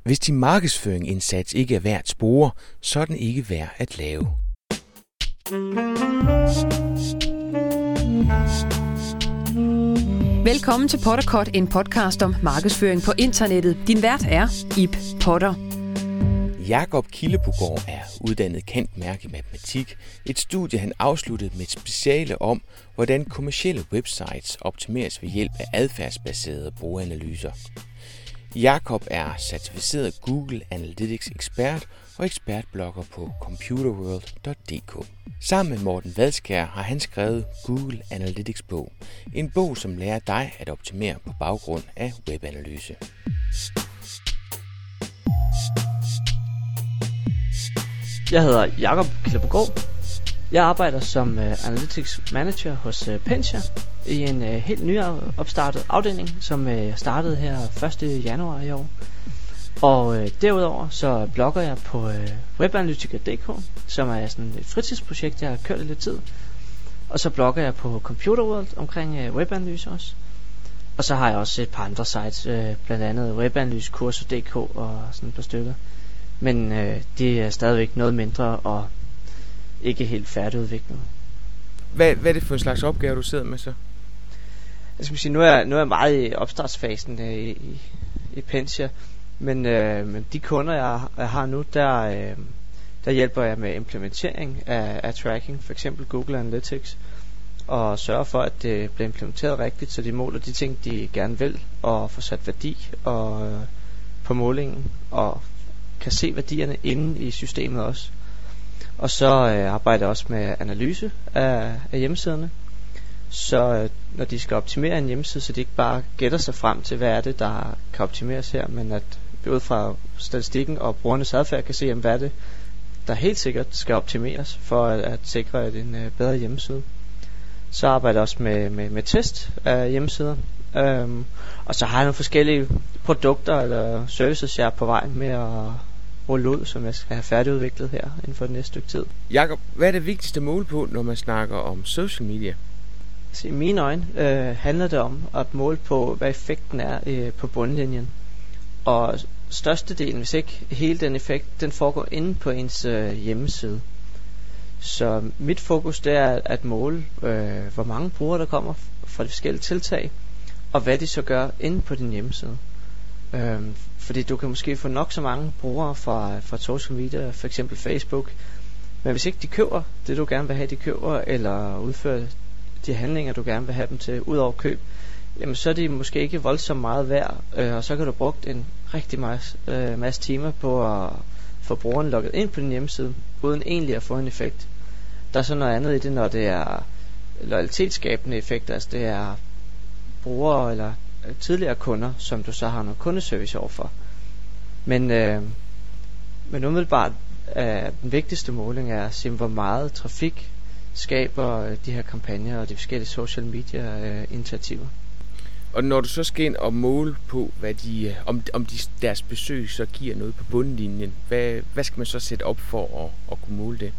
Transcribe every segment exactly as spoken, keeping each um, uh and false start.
Hvis din markedsføringindsats ikke er værd at spore, så er den ikke værd at lave. Velkommen til Potterkort, en podcast om markedsføring på internettet. Din vært er Ib Potter. Jakob Kildebogård er uddannet cand.merc i matematik, et studie han afsluttede med et speciale om, hvordan kommercielle websites optimeres ved hjælp af adfærdsbaserede brugeranalyser. Jakob er certificeret Google Analytics ekspert og ekspertblogger på computerworld punktum d k. Sammen med Morten Vadskjær har han skrevet Google Analytics bog, en bog som lærer dig at optimere på baggrund af webanalyse. Jeg hedder Jakob Kildebogård. Jeg arbejder som uh, Analytics Manager hos uh, Pensia i en uh, helt nyopstartet afdeling, som uh, startede her første januar i år. Og uh, derudover så blogger jeg på uh, webanalytiker punktum d k, som er sådan et fritidsprojekt, jeg har kørt i lidt tid. Og så blogger jeg på Computerworld omkring uh, webanalyse også. Og så har jeg også et par andre sites, uh, blandt andet webanalysekurser punktum d k og sådan et par stykker. Men øh, det er stadigvæk noget mindre og ikke helt færdigudviklet. Hvad, hvad er det for en slags opgave, du sidder med så? Jeg skal sige, nu er, nu er jeg meget i opstartsfasen øh, i, i Pensia, men, øh, men de kunder, jeg, jeg har nu, der, øh, der hjælper jeg med implementering af, af tracking, for eksempel Google Analytics, og sørger for, at det bliver implementeret rigtigt, så de måler de ting, de gerne vil, og får sat værdi og, øh, på målingen, og kan se værdierne inde i systemet også. Og så øh, arbejder jeg også med analyse af, af hjemmesiderne. Så øh, når de skal optimere en hjemmeside, så de ikke bare gætter sig frem til, hvad er det, der kan optimeres her, men at ud fra statistikken og brugernes adfærd kan se, jamen, hvad er det, der helt sikkert skal optimeres for at, at sikre en øh, bedre hjemmeside. Så arbejder jeg også med, med, med test af hjemmesider. Øhm, og så har jeg nogle forskellige produkter eller services, jeg er på vej med at rulle ud, som jeg skal have færdigudviklet her inden for det næste stykke tid. Jakob, hvad er det vigtigste mål på, når man snakker om social media? Så i mine øjne øh, handler det om at måle på, hvad effekten er øh, på bundlinjen. Og størstedelen, hvis ikke hele den effekt, den foregår inde på ens øh, hjemmeside. Så mit fokus det er at måle, øh, hvor mange brugere der kommer fra de forskellige tiltag, og hvad de så gør inde på din hjemmeside. Øhm, fordi du kan måske få nok så mange brugere fra, fra social media, for eksempel Facebook, men hvis ikke de køber det du gerne vil have de køber, eller udfører de handlinger du gerne vil have dem til, ud over køb, jamen så er de måske ikke voldsomt meget værd, øh, og så kan du bruge en rigtig masse, øh, masse timer på at få brugeren logget ind på din hjemmeside, uden egentlig at få en effekt. Der er så noget andet i det, når det er loyalitetsskabende effekt, altså det er brugere eller tidligere kunder, som du så har noget kundeservice overfor. Men, øh, men umiddelbart er den vigtigste måling er at se, hvor meget trafik skaber de her kampagner og de forskellige social media øh, initiativer. Og når du så skal ind og måle på, hvad de, om, om de, deres besøg så giver noget på bundlinjen, hvad, hvad skal man så sætte op for at, at kunne måle det?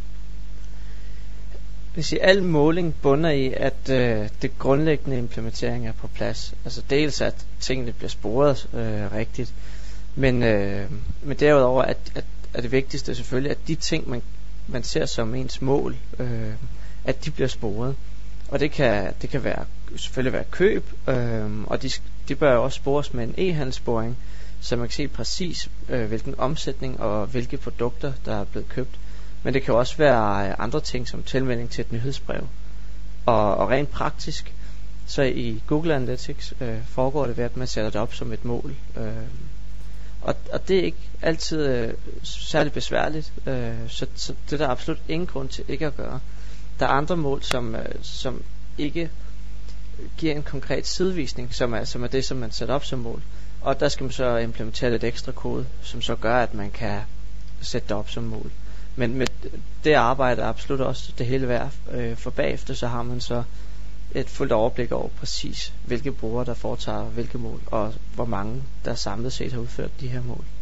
Hvis i al måling bunder i, at øh, det grundlæggende implementering er på plads. Altså dels at tingene bliver sporet øh, rigtigt, men, øh, men derudover at, at, at det vigtigste selvfølgelig, at de ting man, man ser som ens mål, øh, at de bliver sporet. Og det kan, det kan være, selvfølgelig være køb, øh, og de, de bør også spores med en e-handelssporing, så man kan se præcis øh, hvilken omsætning og hvilke produkter der er blevet købt. Men det kan også være andre ting som tilmelding til et nyhedsbrev. Og, og rent praktisk, så i Google Analytics øh, foregår det ved, at man sætter det op som et mål. Øh, og, og det er ikke altid øh, særlig besværligt, øh, så, så det er der absolut ingen grund til ikke at gøre. Der er andre mål, som, øh, som ikke giver en konkret sidevisning, som er, som er det, som man sætter op som mål. Og der skal man så implementere lidt ekstra kode, som så gør, at man kan sætte det op som mål. Men med det arbejde er absolut også det hele værd, øh, for bagefter så har man så et fuldt overblik over præcis hvilke brugere der foretager hvilke mål, og hvor mange der samlet set har udført de her mål.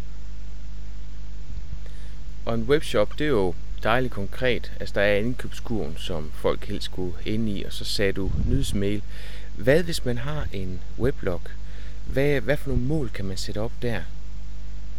Og en webshop, det er jo dejligt konkret. Altså der er indkøbskurven, som folk helst skulle ind i, og så sagde du nyhedsmail. Hvad hvis man har en weblog? Hvad, hvad for nogle mål kan man sætte op der?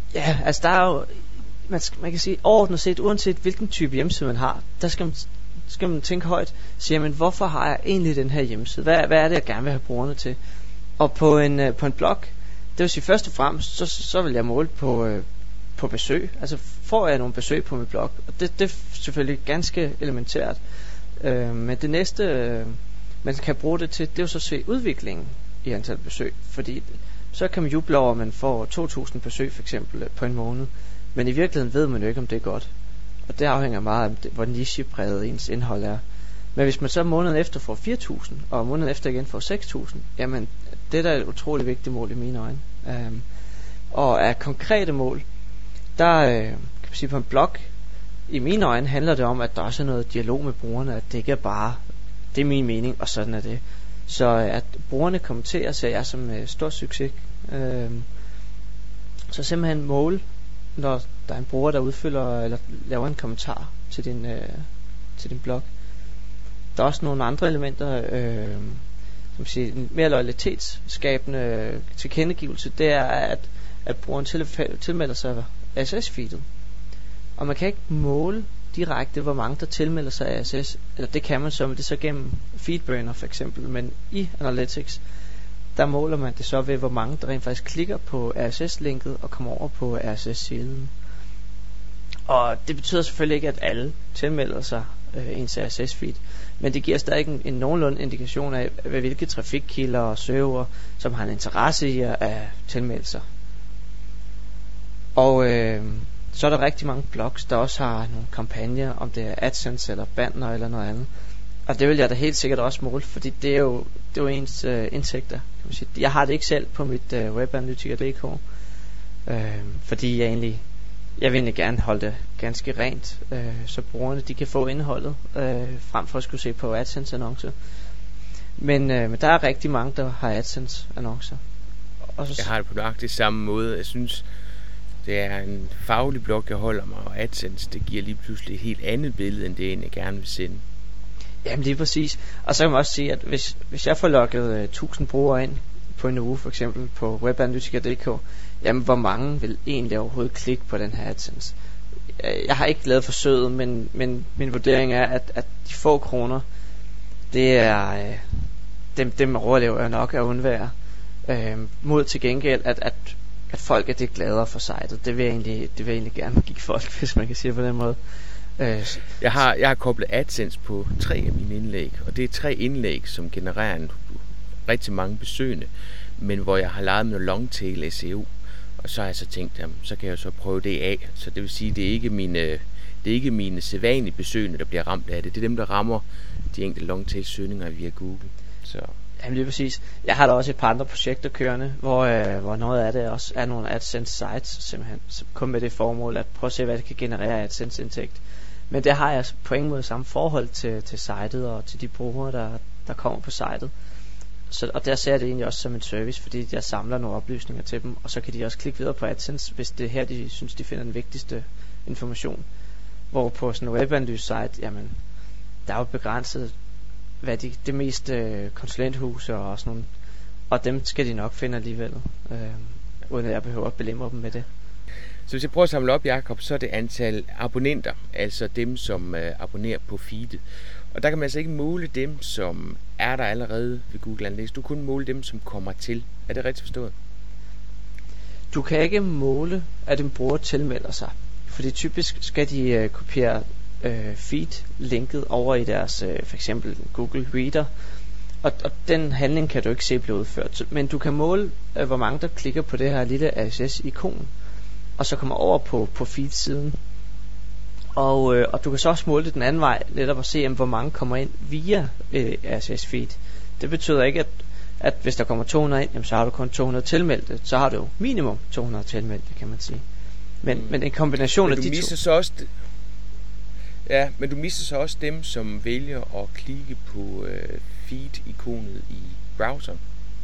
Ja, altså der er jo, man, skal, man kan sige overordnet set, uanset hvilken type hjemmeside man har, der skal man, skal man tænke højt, sige, men hvorfor har jeg egentlig den her hjemmeside? Hvad, hvad er det, jeg gerne vil have brugerne til? Og på en, uh, på en blog, det vil sige først og fremmest, så, så vil jeg måle på, uh, på besøg. Altså får jeg nogle besøg på min blog? Og det, det er selvfølgelig ganske elementært. Uh, men det næste, uh, man kan bruge det til, det er jo så at se udviklingen i antal besøg. Fordi så kan man juble over, at man får to tusind besøg for eksempel på en måned. Men i virkeligheden ved man jo ikke, om det er godt. Og det afhænger meget af, hvor nichepræget ens indhold er. Men hvis man så måneden efter får fire tusind, og måneden efter igen får seks tusind, jamen det er da et utroligt vigtigt mål i mine øjne. Um, og af konkrete mål, der uh, kan man sige på en blog, i mine øjne handler det om, at der også er noget dialog med brugerne, at det ikke er bare, det er min mening, og sådan er det. Så at brugerne kommenterer, ser jeg som uh, stor succes. Um, så simpelthen mål, når der er en bruger, der udfylder eller laver en kommentar til din, uh, til din blog. Der er også nogle andre elementer, øh, som siger, en mere loyalitetsskabende tilkendegivelse, det er, at, at brugeren til, tilmelder sig R S S-feedet. Og man kan ikke måle direkte, hvor mange der tilmelder sig R S S, eller det kan man så, men det er så gennem Feedburner for eksempel, men i Analytics, der måler man det så ved, hvor mange der rent faktisk klikker på R S S-linket og kommer over på R S S-siden. Og det betyder selvfølgelig ikke, at alle tilmelder sig øh, ens R S S-feed, men det giver stadig en, en nogenlunde indikation af, hvilke trafikkilder og server, som har en interesse i at tilmelde sig. Og øh, så er der rigtig mange blogs, der også har nogle kampagner, om det er AdSense eller banner eller noget andet. Og det vil jeg da helt sikkert også måle, fordi det er jo, det er jo ens øh, indtægter. Kan man sige. Jeg har det ikke selv på mit øh, webanalytiker punktum d k, øh, fordi jeg egentlig Jeg vil egentlig gerne holde det ganske rent, øh, så brugerne de kan få indholdet, øh, frem for at skulle se på AdSense-annoncer. Men, øh, men der er rigtig mange, der har AdSense-annoncer. Og så jeg har det på nøjagtig samme måde. Jeg synes, det er en faglig blog, jeg holder mig, og AdSense, det giver lige pludselig et helt andet billede, end det, jeg gerne vil sende. Jamen lige præcis. Og så kan man også sige, at hvis, hvis jeg får logget øh, tusind brugere ind på en uge, for eksempel på webanalytiker punktum d k, jamen hvor mange vil egentlig overhovedet klikke på den her AdSense? Jeg har ikke lavet forsøget, men, men min vurdering er, at, at de få kroner, det er øh, dem, dem overlever jeg nok at undvære. Øh, mod til gengæld, at, at, at folk er det gladere for sitet. Det vil jeg egentlig, det vil jeg egentlig gerne give folk, hvis man kan sige på den måde. Øh, jeg, har, jeg har koblet AdSense på tre af mine indlæg, og det er tre indlæg, som genererer en, rigtig mange besøgende, men hvor jeg har leget med long tail S E O. Og så har jeg så tænkt, jamen, så kan jeg så prøve det af. Så det vil sige, det er ikke mine, det er ikke mine sædvanlige besøgende, der bliver ramt af det. Det er dem, der rammer de enkelte longtail søgninger via Google. Så. Jamen lige præcis. Jeg har da også et par andre projekter kørende, hvor, øh, hvor noget af det også er nogle AdSense sites, simpelthen kun med det formål at prøve at se, hvad det kan generere AdSense indtægt. Men det har jeg på ingen måde samme forhold til, til sitet og til de brugere, der, der kommer på sitet. Så, og der ser jeg det egentlig også som en service, fordi jeg samler nogle oplysninger til dem, og så kan de også klikke videre på AdSense, hvis det er her, de synes, de finder den vigtigste information. Hvor på sådan en webanalyse-site, jamen, der er jo begrænset, hvad de, det mest øh, konsulenthuse og sådan nogle, og dem skal de nok finde alligevel, øh, uden at jeg behøver at belemre dem med det. Så hvis jeg prøver at samle op, Jakob, så er det antal abonnenter, altså dem, som øh, abonnerer på feedet. Og der kan man altså ikke måle dem, som er der allerede ved Google Analytics. Du kan kun måle dem, som kommer til. Er det rigtigt forstået? Du kan ikke måle, at en bruger tilmelder sig. Fordi typisk skal de øh, kopiere øh, feed-linket over i deres, øh, for eksempel Google Reader. Og, og den handling kan du ikke se blive udført. Men du kan måle, øh, hvor mange der klikker på det her lille R S S-ikon, og så kommer over på, på feed-siden. Og, øh, og du kan så også måle det den anden vej, lidt at se, hvor mange kommer ind via øh, R S S-feed. Det betyder ikke, at, at hvis der kommer to hundrede ind, jamen, så har du kun to hundrede tilmeldte. Så har du jo minimum to hundrede tilmeldte, kan man sige. Men, mm. men en kombination men af de misser to... Så også d- ja, men du misser så også dem, som vælger at klikke på øh, feed-ikonet i browseren.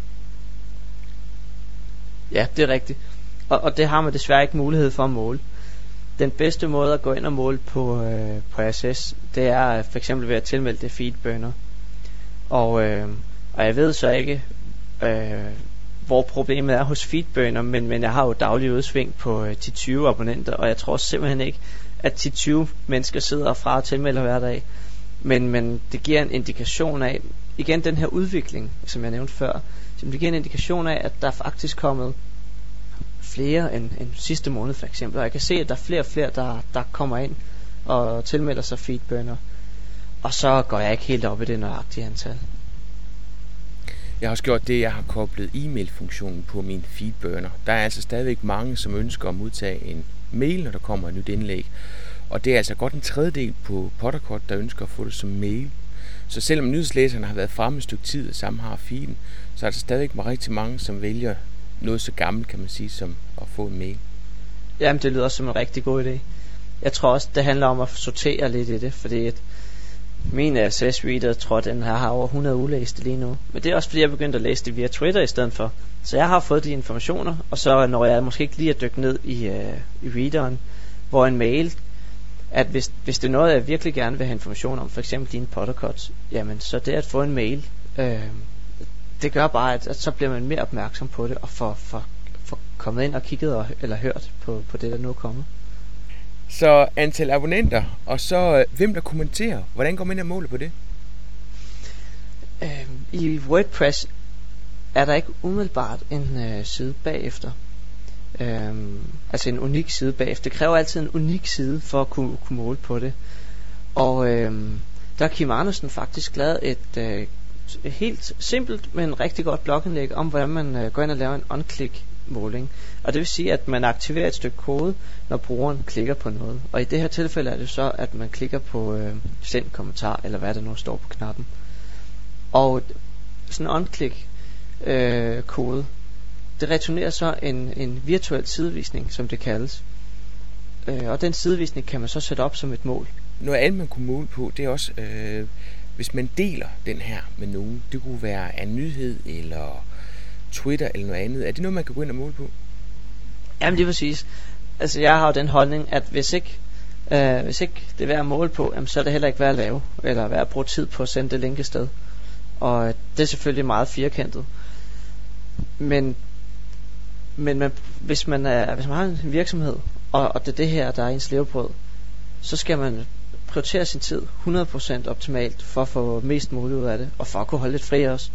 Ja, det er rigtigt. Og, og det har man desværre ikke mulighed for at måle. Den bedste måde at gå ind og måle på, øh, på R S S, det er for eksempel ved at tilmelde det Feedburner. Og, øh, og jeg ved så ikke, øh, hvor problemet er hos Feedburner, men, men jeg har jo daglig udsving på øh, ti til tyve abonnenter, og jeg tror simpelthen ikke, at ti til tyve mennesker sidder fra og tilmelder hver dag. Men, men det giver en indikation af, igen den her udvikling, som jeg nævnte før, som det giver en indikation af, at der er faktisk kommet flere end, end sidste måned for eksempel, og jeg kan se, at der er flere og flere, der, der kommer ind og tilmelder sig Feedburner, og så går jeg ikke helt op i det nøjagtige antal. Jeg har også gjort det, jeg har koblet e-mail-funktionen på min Feedburner. Der er altså stadigvæk mange, som ønsker at modtage en mail, når der kommer et nyt indlæg. Og det er altså godt en tredjedel på Potterkort, der ønsker at få det som mail. Så selvom nyhedslæserne har været fremme et stykke tid, og sammen har feeden, så er der stadigvæk rigtig mange, som vælger noget så gammelt, kan man sige, som at få en mail. Jamen, det lyder også som en rigtig god idé. Jeg tror også, det handler om at sortere lidt i det, fordi at min R S S-reader, tror den her har over hundrede ulæste lige nu. Men det er også fordi, jeg begyndte at læse det via Twitter i stedet for. Så jeg har fået de informationer, og så når jeg måske ikke lige at dykke ned i, uh, i readeren, hvor en mail, at hvis, hvis det er noget, jeg virkelig gerne vil have information om, for eksempel dine Pottercuts, jamen så det at få en mail, øh, det gør bare, at, at så bliver man mere opmærksom på det, og får for, for kommet ind og kigget og, eller hørt på, på det, der nu er kommet. Så antal abonnenter, og så øh, hvem der kommenterer, hvordan går man ind og måler på det? Øh, I WordPress er der ikke umiddelbart en øh, side bagefter. Øhm, altså en unik side bagefter. Det kræver altid en unik side for at kunne, kunne måle på det. Og øhm, der har Kim Andersen faktisk lavet et, øh, et helt simpelt, men rigtig godt blogindlæg om, hvordan man øh, går ind og laver en on-click måling. Og det vil sige, at man aktiverer et stykke kode, når brugeren klikker på noget. Og i det her tilfælde er det så, at man klikker på øh, send kommentar, eller hvad der nu står på knappen. Og sådan en on-click øh, kode, det returnerer så en, en virtuel sidevisning, som det kaldes. Øh, og den sidevisning kan man så sætte op som et mål. Noget andet man kunne måle på, det er også, øh, hvis man deler den her med nogen. Det kunne være en nyhed, eller Twitter, eller noget andet. Er det noget, man kan gå ind og måle på? Jamen, det er præcis. Altså, jeg har jo den holdning, at hvis ikke, øh, hvis ikke det er værd at måle på, jamen, så er det heller ikke værd at lave, eller værd at bruge tid på at sende det link afsted. Og det er selvfølgelig meget firkantet. Men Men man, hvis, man er, hvis man har en virksomhed, og, og det er det her, der er ens levebrød, så skal man prioritere sin tid hundrede procent optimalt, for at få mest muligt ud af det, og for at kunne holde lidt fri også.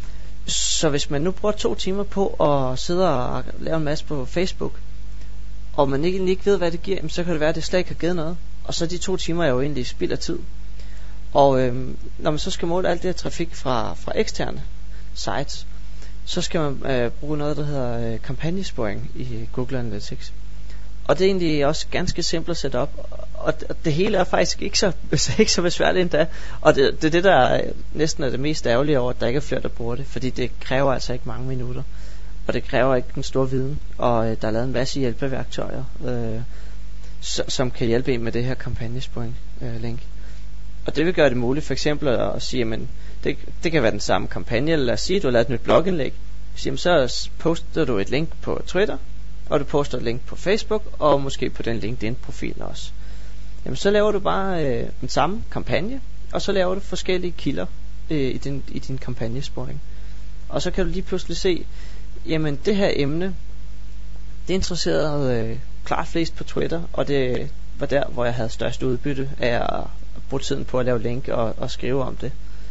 Så hvis man nu bruger to timer på at sidde og lave en masse på Facebook, og man ikke, ikke ved, hvad det giver, så kan det være, at det slet ikke har givet noget. Og så de to timer er jo egentlig spild af tid. Og øhm, når man så skal måle alt det her trafik fra, fra eksterne sites, så skal man øh, bruge noget, der hedder øh, kampagnesporing i Google Analytics. Og det er egentlig også ganske simpelt at sætte op. Og det, det hele er faktisk ikke så, ikke så besværligt endda. Og det, det er det, der er, næsten er det mest ærgerlige over, at der ikke er flere, der bruger det. Fordi det kræver altså ikke mange minutter. Og det kræver ikke en stor viden. Og øh, der er lavet en masse hjælpeværktøjer, øh, som, som kan hjælpe en med det her kampagnesporing øh, link. Og det vil gøre det muligt for eksempel at sige, jamen, det, det kan være den samme kampagne, eller lad os sige, at du har lavet et nyt blogindlæg. Så, så poster du et link på Twitter, og du poster et link på Facebook, og måske på den LinkedIn-profil også. Jamen, så laver du bare øh, den samme kampagne, og så laver du forskellige kilder øh, i, din, i din kampagnesporing. Og så kan du lige pludselig se, jamen, det her emne, det interesserede øh, klart flest på Twitter, og det var der, hvor jeg havde størst udbytte af at bruge tiden på at lave link og, og skrive om det.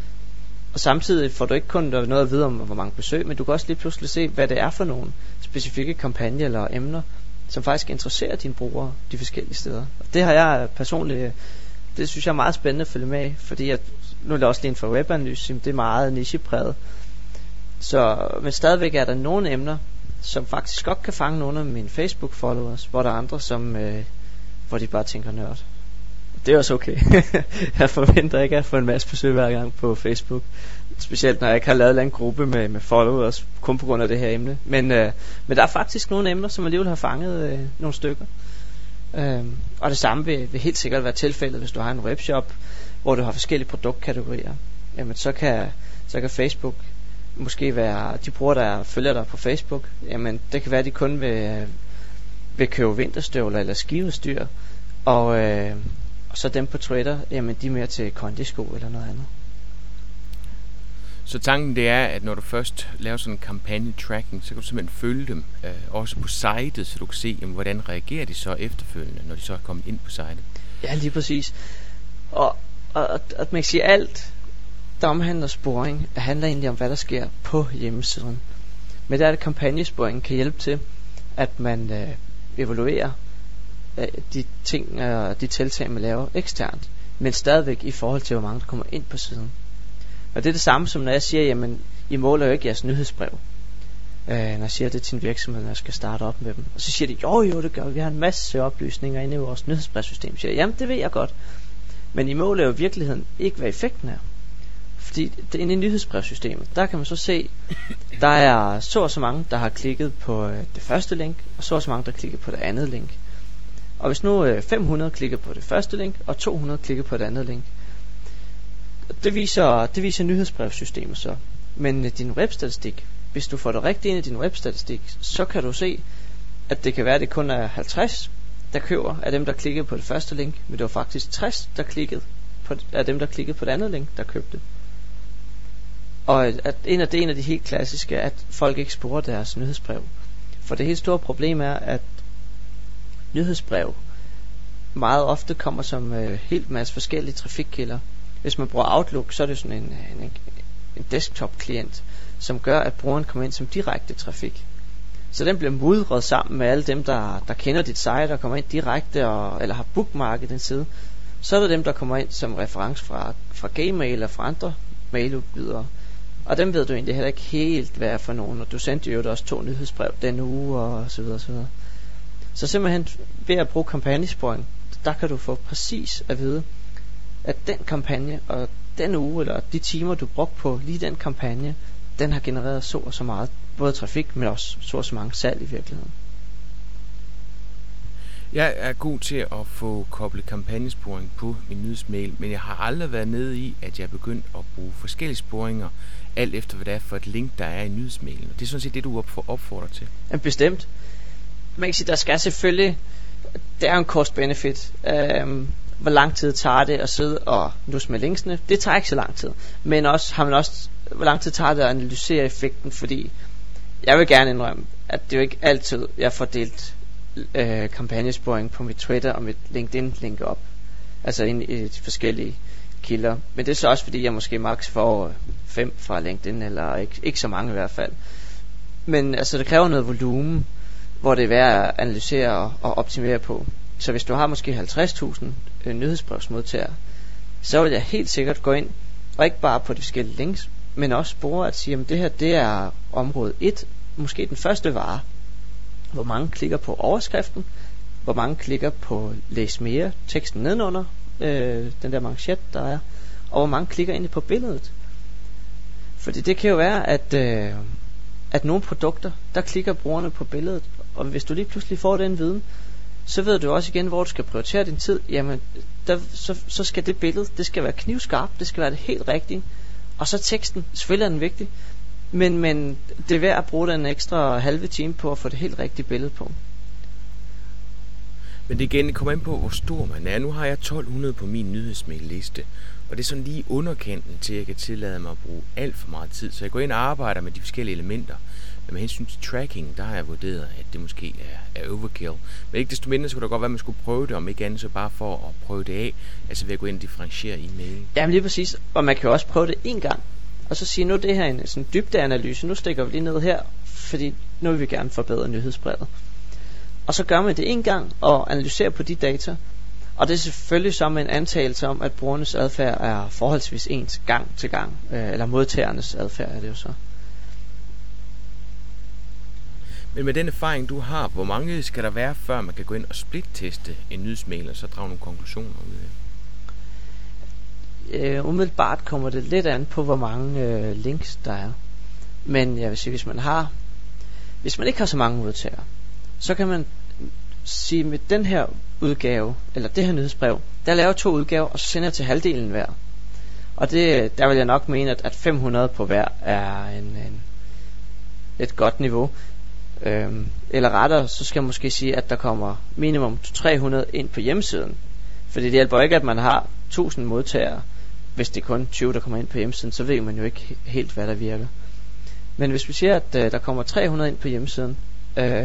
Og samtidig får du ikke kun noget at vide om, hvor mange besøg, men du kan også lige pludselig se, hvad det er for nogle specifikke kampagner eller emner, som faktisk interesserer dine brugere de forskellige steder. Og det har jeg personligt, det synes jeg er meget spændende at følge med, fordi at, nu er det også lige for webanalyse, det er meget nichepræget. Så, men stadigvæk er der nogle emner, som faktisk godt kan fange nogle af mine Facebook-followers, hvor der er andre, som, øh, hvor de bare tænker nørd. Det er også okay. Jeg forventer ikke at få en masse besøg hver gang på Facebook. Specielt når jeg ikke har lavet en gruppe med, med followers, kun på grund af det her emne. Men, øh, men der er faktisk nogle emner, som alligevel har fanget øh, nogle stykker. Øh, og det samme vil, vil helt sikkert være tilfældet, hvis du har en webshop, hvor du har forskellige produktkategorier. Jamen så kan, så kan Facebook måske være, de brugere der følger dig på Facebook, jamen det kan være, at de kun vil, vil købe vinterstøvler eller skiudstyr. Og... Øh, Og så dem på Twitter, jamen de er mere til kondisko eller noget andet. Så tanken det er, at når du først laver sådan en kampagne-tracking, så kan du simpelthen følge dem øh, også på sitet, så du kan se, jamen, hvordan reagerer de så efterfølgende, når de så er kommet ind på sitet. Ja, lige præcis. Og, og at man kan sige, alt, der omhandler sporing, handler egentlig om, hvad der sker på hjemmesiden. Men der er det, kampagnesporing kan hjælpe til, at man øh, evaluerer øh, de ting og øh, de tiltag, man laver eksternt, men stadigvæk i forhold til, hvor mange der kommer ind på siden. Og det er det samme som når jeg siger, jamen I måler jo ikke jeres nyhedsbrev, øh, når jeg siger det til en virksomhed, når jeg skal starte op med dem. Og så siger de, jo jo det gør vi, har en masse oplysninger inde i vores nyhedsbrevsystem. Så siger jeg, jamen det ved jeg godt, men I måler jo i virkeligheden ikke, hvad effekten er. Fordi det, inde i nyhedsbrevsystemet, der kan man så se, der er så og så mange, der har klikket på øh, det første link, og så og så mange, der klikker på det andet link. Og hvis nu øh, fem hundrede klikker på det første link, og to hundrede klikker på det andet link, det viser, det viser nyhedsbrevsystemet så. Men øh, din webstatistik, hvis du får det rigtigt ind i din webstatistik, så kan du se, at det kan være, at det kun er halvtreds, der køber af dem, der klikkede på det første link, men det var faktisk tres, der klikkede på, af dem, der klikkede på det andet link, der købte. Og at en af, det er en af de helt klassiske, at folk ikke sporer deres nyhedsbrev. For det helt store problem er, at nyhedsbrev meget ofte kommer som øh, helt masse forskellige trafikkilder. Hvis man bruger Outlook, så er det sådan en, en, en desktop-klient, som gør, at brugeren kommer ind som direkte trafik. Så den bliver mudret sammen med alle dem, der, der kender dit site og kommer ind direkte, og, eller har bookmarket den side. Så er der dem, der kommer ind som reference fra, fra Gmail eller fra andre mailudbydere. Og dem ved du egentlig heller ikke helt, hvad er for nogen. Og du sendte jo også to nyhedsbrev den uge, og så videre, så videre. Så simpelthen ved at bruge kampagnesporing, der kan du få præcis at vide, at den kampagne og den uge, eller de timer du brugte på lige den kampagne, den har genereret så og så meget, både trafik, men også så og så mange salg i virkeligheden. Jeg er god til at få koblet kampagnesporing på min nyhedsmail, men jeg har aldrig været nede i, at jeg er begyndt at bruge forskellige sporinger, alt efter hvad det er for et link, der er i nyhedsmailen. Det er sådan set det, du opfordrer til. Ja, bestemt. Man kan sige, der skal selvfølgelig, det er en cost benefit. Øhm, hvor lang tid tager det at sidde og nusse med linksene? Det tager ikke så lang tid. Men også har man også, hvor lang tid tager det at analysere effekten? Fordi jeg vil gerne indrømme, at det er jo ikke altid, jeg får delt øh, kampagnesporing på mit Twitter og mit LinkedIn link op. Altså ind i de forskellige kilder. Men det er så også fordi jeg måske max får fem fra LinkedIn, eller ikke, ikke så mange i hvert fald. Men altså det kræver noget volumen, hvor det er værd at analysere og, og optimere på. Så hvis du har måske halvtreds tusind øh, nyhedsbrevsmodtagere, så vil jeg helt sikkert gå ind, og ikke bare på de forskellige links, men også spore at sige, at det her det er område et, måske den første vare. Hvor mange klikker på overskriften, hvor mange klikker på læs mere, teksten nedenunder, øh, den der manchet der er, og hvor mange klikker ind på billedet. Fordi det kan jo være, at, øh, at nogle produkter, der klikker brugerne på billedet, og hvis du lige pludselig får den viden, så ved du også igen, hvor du skal prioritere din tid. Jamen, der, så, så skal det billede, det skal være knivskarpt, det skal være det helt rigtige. Og så teksten, selvfølgelig er den vigtig, men, men det er værd at bruge den ekstra halve time på at få det helt rigtige billede på. Men det igen, det kommer ind på, hvor stor man er. Nu har jeg tolv hundrede på min nyhedsmail-liste, og det er sådan lige underkanten til, at jeg kan tillade mig at bruge alt for meget tid. Så jeg går ind og arbejder med de forskellige elementer. Men med hensyn til tracking, der har jeg vurderet, at det måske er, er overkill. Men ikke desto mindre, så kunne det godt være, at man skulle prøve det, om ikke andet så bare for at prøve det af. Altså ved at gå ind og differentiere i mailen. Jamen lige præcis, og man kan jo også prøve det en gang. Og så sige, nu det her en sådan dybdeanalyse, nu stikker vi lige ned her, fordi nu vil vi gerne forbedre nyhedsbrevet. Og så gør man det en gang og analyserer på de data. Og det er selvfølgelig som en antagelse om, at brugernes adfærd er forholdsvis ens gang til gang. Øh, eller modtagernes adfærd er det jo så. Men med den erfaring du har, hvor mange skal der være, før man kan gå ind og splitteste en nyhedsmail, og så drage nogle konklusioner ud af det? Øh, umiddelbart kommer det lidt an på, hvor mange øh, links der er. Men jeg vil sige, hvis man har, hvis man ikke har så mange modtagere, så kan man sige, med den her udgave, eller det her nyhedsbrev, der laver to udgaver, og så sender jeg til halvdelen hver. Og det, der vil jeg nok mene, at, at fem hundrede på hver er en, en, et godt niveau. Øhm, eller rettere, så skal jeg måske sige, at der kommer minimum tre hundrede ind på hjemmesiden. Fordi det hjælper ikke, at man har tusind modtagere, hvis det er kun tyve, der kommer ind på hjemmesiden, så ved man jo ikke helt, hvad der virker. Men hvis vi siger, at øh, der kommer tre hundrede ind på hjemmesiden, øh,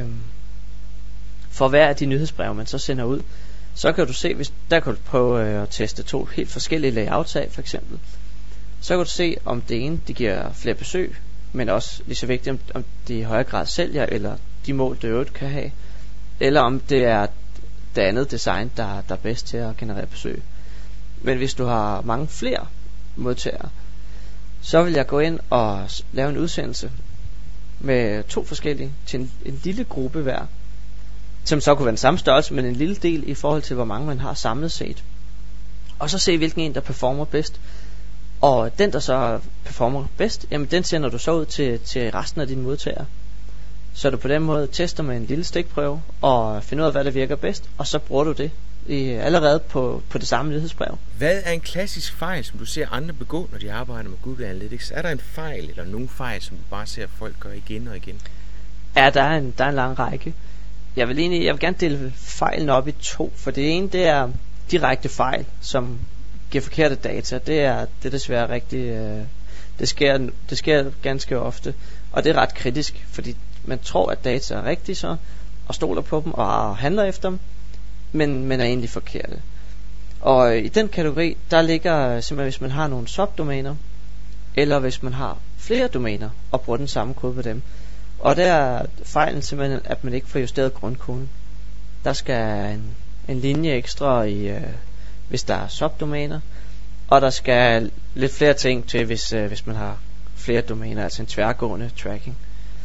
for hver af de nyhedsbreve, man så sender ud, så kan du se, hvis der kan du prøve øh, at teste to helt forskellige layouts af, for eksempel. Så kan du se, om det ene, det giver flere besøg, men også lige så vigtigt, om, om det i højere grad sælger, eller de mål, det øvrigt kan have, eller om det er det andet design, der, der er bedst til at generere besøg. Men hvis du har mange flere modtagere, så vil jeg gå ind og lave en udsendelse med to forskellige til en, en lille gruppe hver, som så kunne være den samme størrelse, men en lille del i forhold til, hvor mange man har samlet set. Og så se, hvilken en, der performer bedst. Og den, der så performer bedst, jamen den sender du så ud til, til resten af dine modtagere. Så du på den måde tester med en lille stikprøve og finder ud af, hvad der virker bedst, og så bruger du det i, allerede på, på det samme nyhedsbrev. Hvad er en klassisk fejl, som du ser andre begå, når de arbejder med Google Analytics? Er der en fejl eller nogen fejl, som du bare ser folk gøre igen og igen? Ja, der er en, der er en lang række. Jeg vil egentlig, jeg vil gerne dele fejlen op i to, for det ene, det er direkte fejl, som giver forkerte data. Det er, det er desværre rigtig, øh, det sker, det sker ganske ofte, og det er ret kritisk, fordi man tror, at data er rigtige så, og stoler på dem og handler efter dem, men, men er egentlig forkerte. Og i den kategori, der ligger simpelthen, hvis man har nogle subdomæner, eller hvis man har flere domæner, og bruger den samme kode på dem. Og der er fejlen simpelthen, at man ikke får justeret grundkoden. Der skal en, en linje ekstra i, øh, hvis der er subdomæner, og der skal lidt flere ting til, hvis, øh, hvis man har flere domæner, altså en tværgående tracking.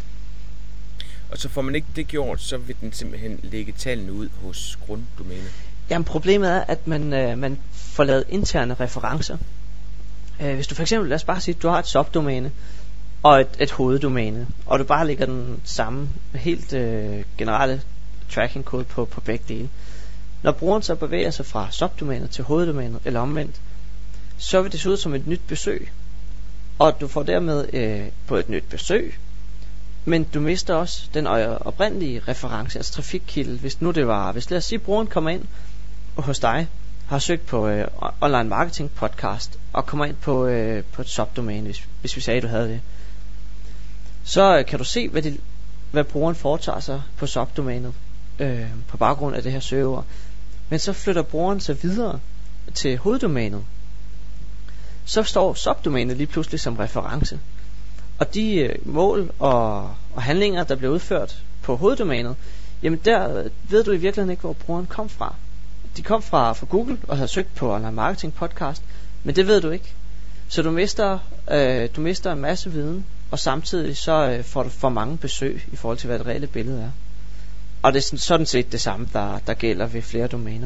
Og så får man ikke det gjort, så vil den simpelthen lægge tallene ud hos grunddomænet. Jamen problemet er, at man, øh, man får lavet interne referencer. Øh, hvis du for eksempel, lad os bare sige, at du har et subdomæne og et, et hoveddomæne, og du bare lægger den samme helt øh, generelle tracking-kode på, på begge dele. Når brugeren så bevæger sig fra subdomænet til hoveddomænet, eller omvendt, så vil det se ud som et nyt besøg. Og du får dermed øh, på et nyt besøg, men du mister også den oprindelige reference, altså trafikkilde. Hvis nu det var, hvis lad os sige, brugeren kommer ind hos dig, har søgt på øh, online marketing podcast, og kommer ind på, øh, på et subdomæne, hvis, hvis vi sagde, at du havde det, så øh, kan du se, hvad, de, hvad brugeren foretager sig på subdomænet, øh, på baggrund af det her søgeord. Men så flytter brugeren sig videre til hoveddomænet. Så står subdomænet lige pludselig som reference. Og de øh, mål og, og handlinger, der bliver udført på hoveddomænet, jamen der ved du i virkeligheden ikke, hvor brugeren kom fra. De kom fra, fra Google og havde søgt på online marketing podcast, men det ved du ikke. Så du mister, øh, du mister en masse viden, og samtidig så øh, får du for mange besøg i forhold til, hvad det reelle billede er. Og det er sådan set det samme, der, der gælder ved flere domæner.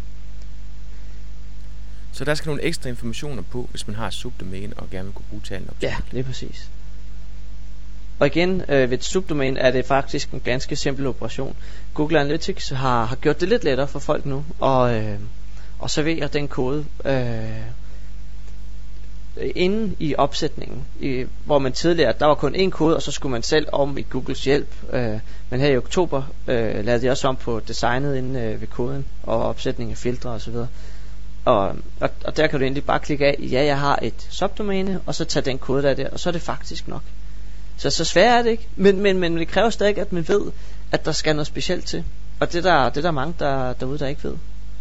Så der skal nogle ekstra informationer på, hvis man har et subdomæne og gerne vil kunne bruge tallene op. Ja, lige præcis. Og igen, øh, ved et subdomæne er det faktisk en ganske simpel operation. Google Analytics har, har gjort det lidt lettere for folk nu, og, øh, og serverer den kode øh, inden i opsætningen, i, hvor man tidligere, der var kun én kode, og så skulle man selv om i Googles hjælp. Øh, men her i oktober øh, lavede de også om på designet inde øh, ved koden, og opsætning af filtre osv. Og, og, og der kan du egentlig bare klikke af, ja, jeg har et subdomæne, og så tage den kode der, der og så er det faktisk nok. Så så svært er det ikke, men, men, men det kræver stadig, at man ved, at der skal noget specielt til. Og det der, det der er mange der, derude, der ikke ved.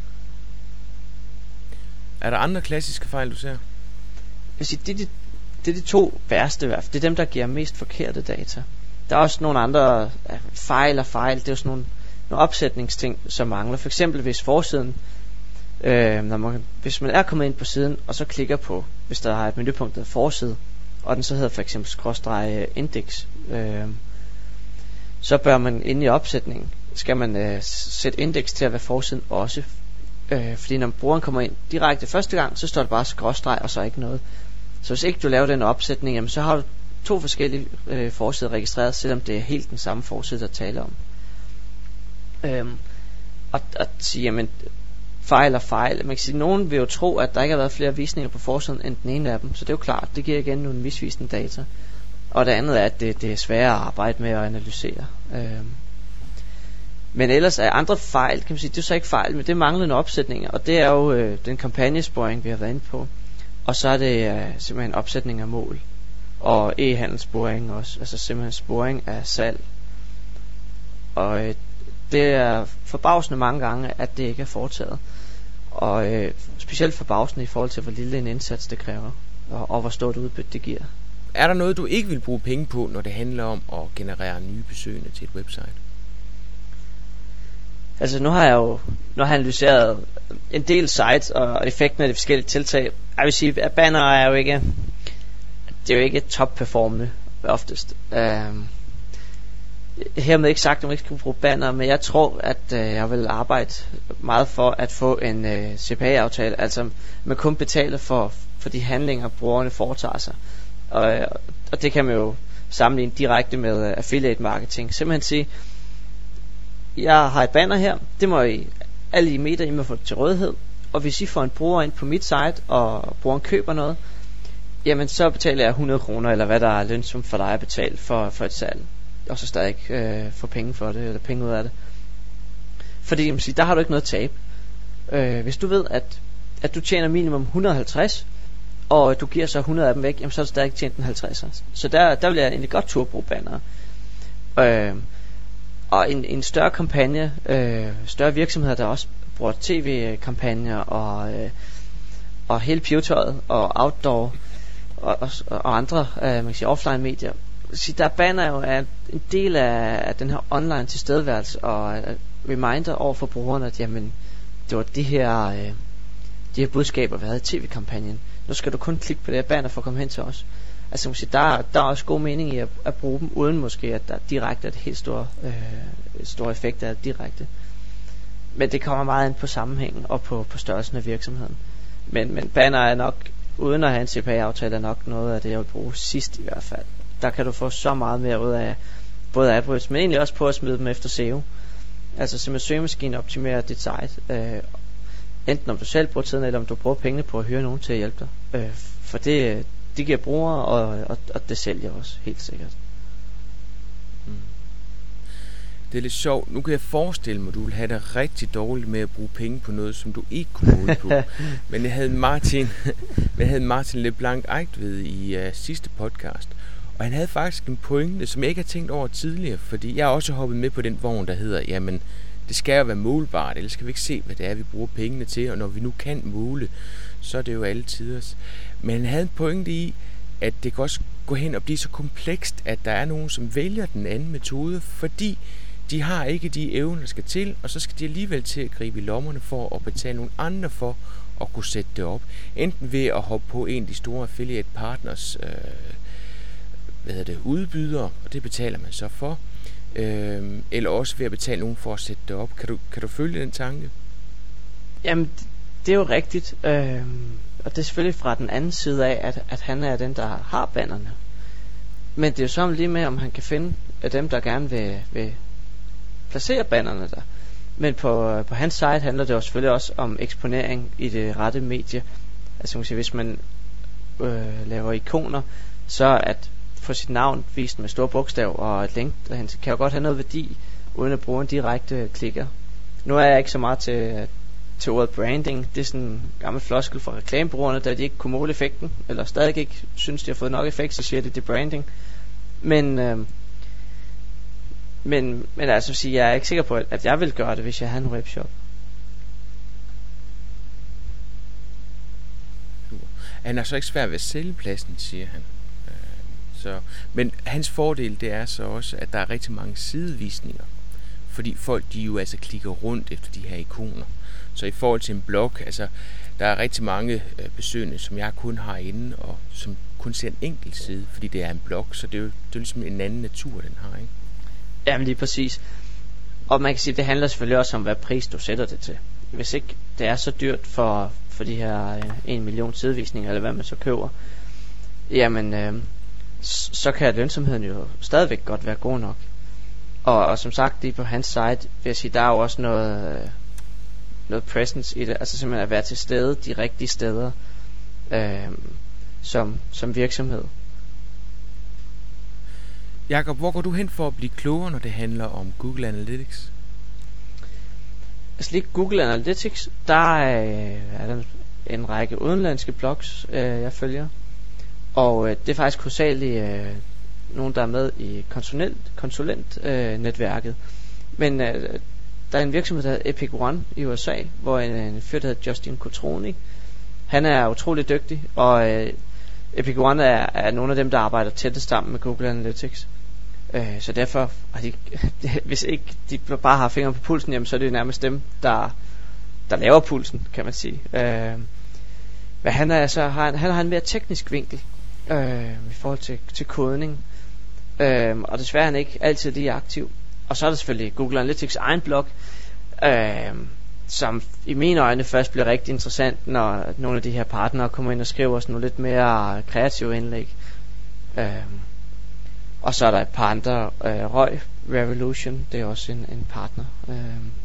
Er der andre klassiske fejl, du ser? Jeg vil sige, det, er de, det er de to værste i hvert fald. Det er dem, der giver mest forkerte data. Der er også nogle andre ja, fejl og fejl. Det er jo sådan nogle, nogle opsætningsting, som mangler. For eksempel hvis forsiden, øh, når man, hvis man er kommet ind på siden, og så klikker på, hvis der har et menupunkt, der er forside, og den så hedder for eksempel skråstreg index, øh, så bør man inde i opsætningen, skal man øh, sætte indeks til at være forsiden også. Øh, fordi når brugeren kommer ind direkte første gang, så står det bare skråstreg og så ikke noget. Så hvis ikke du laver den opsætning, jamen, så har du to forskellige øh, forsider registreret, selvom det er helt den samme forside, der taler om. Øh, og at sige, jamen, fejl og fejl. Man kan sige, at nogen vil jo tro, at der ikke har været flere visninger på forsiden end den ene af dem. Så det er jo klart, det giver igen nogle misvisende data. Og det andet er, at det, det er sværere at arbejde med at analysere. Øhm. Men ellers er andre fejl, kan man sige, det er så ikke fejl, men det er manglende opsætninger. Og det er jo øh, den kampagnesporing, vi har været inde på. Og så er det øh, simpelthen opsætning af mål. Og e-handelssporing også. Altså simpelthen sporing af salg. Og øh, det er forbavsende mange gange, at det ikke er foretaget. Og øh, specielt forbavsende i forhold til, hvor lille en indsats det kræver. Og, og hvor stort udbytte det giver. Er der noget, du ikke vil bruge penge på, når det handler om at generere nye besøgende til et website? Altså nu har jeg jo nu har jeg analyseret en del sites og effekten af de forskellige tiltag. Jeg vil sige, at banner er jo ikke det er jo ikke top performende oftest. Um, hermed ikke sagt, at man ikke skal bruge banner, men jeg tror, at uh, jeg vil arbejde meget for at få en uh, C P A-aftale, altså man kun betaler for, for de handlinger, brugerne foretager sig. Og, og det kan man jo sammenligne direkte med uh, affiliate marketing. Simpelthen sige, jeg har et banner her, det må I, alle I meter, I må få det til rådighed. Og hvis I får en bruger ind på mit site, og brugeren køber noget, jamen så betaler jeg hundrede kroner, eller hvad der er lønsom for dig at betale for, for et salg. Og så stadig øh, få penge for det, eller penge ud af det. Fordi jamen, der har du ikke noget tab. øh, Hvis du ved at, at du tjener minimum et hundrede og halvtreds, og du giver så hundrede af dem væk, jamen så er du stadig ikke tjent en halvtreds. Så der, der vil jeg egentlig godt turde bruge bannere. øh, Og en, en større kampagne, øh, større virksomheder, der også bruger tv-kampagner og, øh, og hele pivetøjet og outdoor og, og, og andre øh, man kan sige, offline medier. Så der banner jo er en del af, af den her online tilstedeværelse og uh, reminder over for brugerne, at jamen, det var de her, øh, de her budskaber, vi havde i tv-kampagnen. Nu skal du kun klikke på det her banner for at komme hen til os. Altså måske, der, der er også god mening i at, at bruge dem, uden måske at der direkte er det helt store, øh, store effekt af det direkte. Men det kommer meget ind på sammenhængen og på, på størrelsen af virksomheden. Men, men banner er nok, uden at have en C P A-aftale, er nok noget af det, jeg vil bruge sidst i hvert fald. Der kan du få så meget mere ud af både AdWords, men egentlig også på at smide dem efter S E O. Altså simpelthen søgemaskinen optimerer dit site. Øh, enten om du selv bruger tiden, eller om du bruger pengene på at hyre nogen til at hjælpe dig. Øh, for det, det giver brugere, og, og, og det sælger også, helt sikkert. Mm. Det er lidt sjovt. Nu kan jeg forestille mig, at du vil have det rigtig dårligt med at bruge penge på noget, som du ikke kunne måle på. Men jeg havde Martin, jeg havde Martin LeBlanc Eigtved i uh, sidste podcast, og han havde faktisk en pointe, som jeg ikke har tænkt over tidligere, fordi jeg har også hoppet med på den vogn, der hedder, jamen, det skal jo være målbart, ellers skal vi ikke se, hvad det er, vi bruger pengene til, og når vi nu kan måle, så er det jo alle tiders. Men han havde en pointe i, at det kan også gå hen og blive så komplekst, at der er nogen, som vælger den anden metode, fordi de har ikke de evner, der skal til, og så skal de alligevel til at gribe i lommerne for at betale nogle andre for at kunne sætte det op. Enten ved at hoppe på en af de store affiliate partners øh, hvad hedder det, udbydere, og det betaler man så for, øh, eller også ved at betale nogen for at sætte det op. Kan du, kan du følge den tanke? Jamen, det er jo rigtigt. Øh, og det er selvfølgelig fra den anden side af, at, at han er den, der har bannerne. Men det er jo så lige med, om han kan finde dem, der gerne vil, vil placere bannerne der. Men på, på hans site handler det jo selvfølgelig også om eksponering i det rette medie. Altså man kan sige, hvis man øh, laver ikoner, så at få sit navn vist med store bogstav og et link derhen, kan jo godt have noget værdi, uden at bruge en direkte klikker. Nu er jeg ikke så meget til, til ordet branding. Det er sådan en gammel floskel fra reklamebureauerne, da de ikke kunne måle effekten, eller stadig ikke synes, de har fået nok effekt, så siger de, det er branding. Men øh, Men, men altså sige, jeg er ikke sikker på, at jeg vil gøre det, hvis jeg havde en webshop. Han er så ikke svær ved at sælge pladsen, siger han. Så, men hans fordel, det er så også, at der er rigtig mange sidevisninger. Fordi folk, de jo altså klikker rundt efter de her ikoner. Så i forhold til en blog, altså, der er rigtig mange besøgende, som jeg kun har inde, og som kun ser en enkelt side, fordi det er en blog, så det er jo, det er ligesom en anden natur, den har, ikke? Jamen lige præcis. Og man kan sige, det handler selvfølgelig også om, hvad pris du sætter det til. Hvis ikke det er så dyrt for, for de her øh, en million sidevisninger, eller hvad man så køber, jamen øh, så kan lønsomheden jo stadigvæk godt være god nok. Og, og som sagt, lige på hans site, vil jeg sige, der er jo også noget, øh, noget presence i det. Altså simpelthen at være til stede de rigtige steder øh, som, som virksomhed. Jakob, hvor går du hen for at blive klogere, når det handler om Google Analytics? Altså lige Google Analytics, der er, er der en række udenlandske blogs, øh, jeg følger. Og øh, det er faktisk hovedsageligt øh, nogen, der er med i konsulent, konsulent øh, netværket. Men øh, der er en virksomhed, der hedder Epic One i U S A, hvor en, en fyr, der hedder Justin Kotroni, han er utrolig dygtig, og øh, Epic One er, er nogle af dem, der arbejder tættest sammen med Google Analytics. Øh, så derfor, de, hvis ikke de bare har fingeren på pulsen, jamen, så er det nærmest dem, der, der laver pulsen, kan man sige. Øh, men han, er, så har, han har en mere teknisk vinkel øh, i forhold til, til kodning, øh, og desværre er han ikke altid lige aktiv. Og så er der selvfølgelig Google Analytics egen blog, øh, som i mine øjne først bliver rigtig interessant, når nogle af de her partnere kommer ind og skriver sådan nogle lidt mere kreative indlæg. Øh, og så er der et par andre, øh, Røg Revolution, det er også en, en partner. Øh.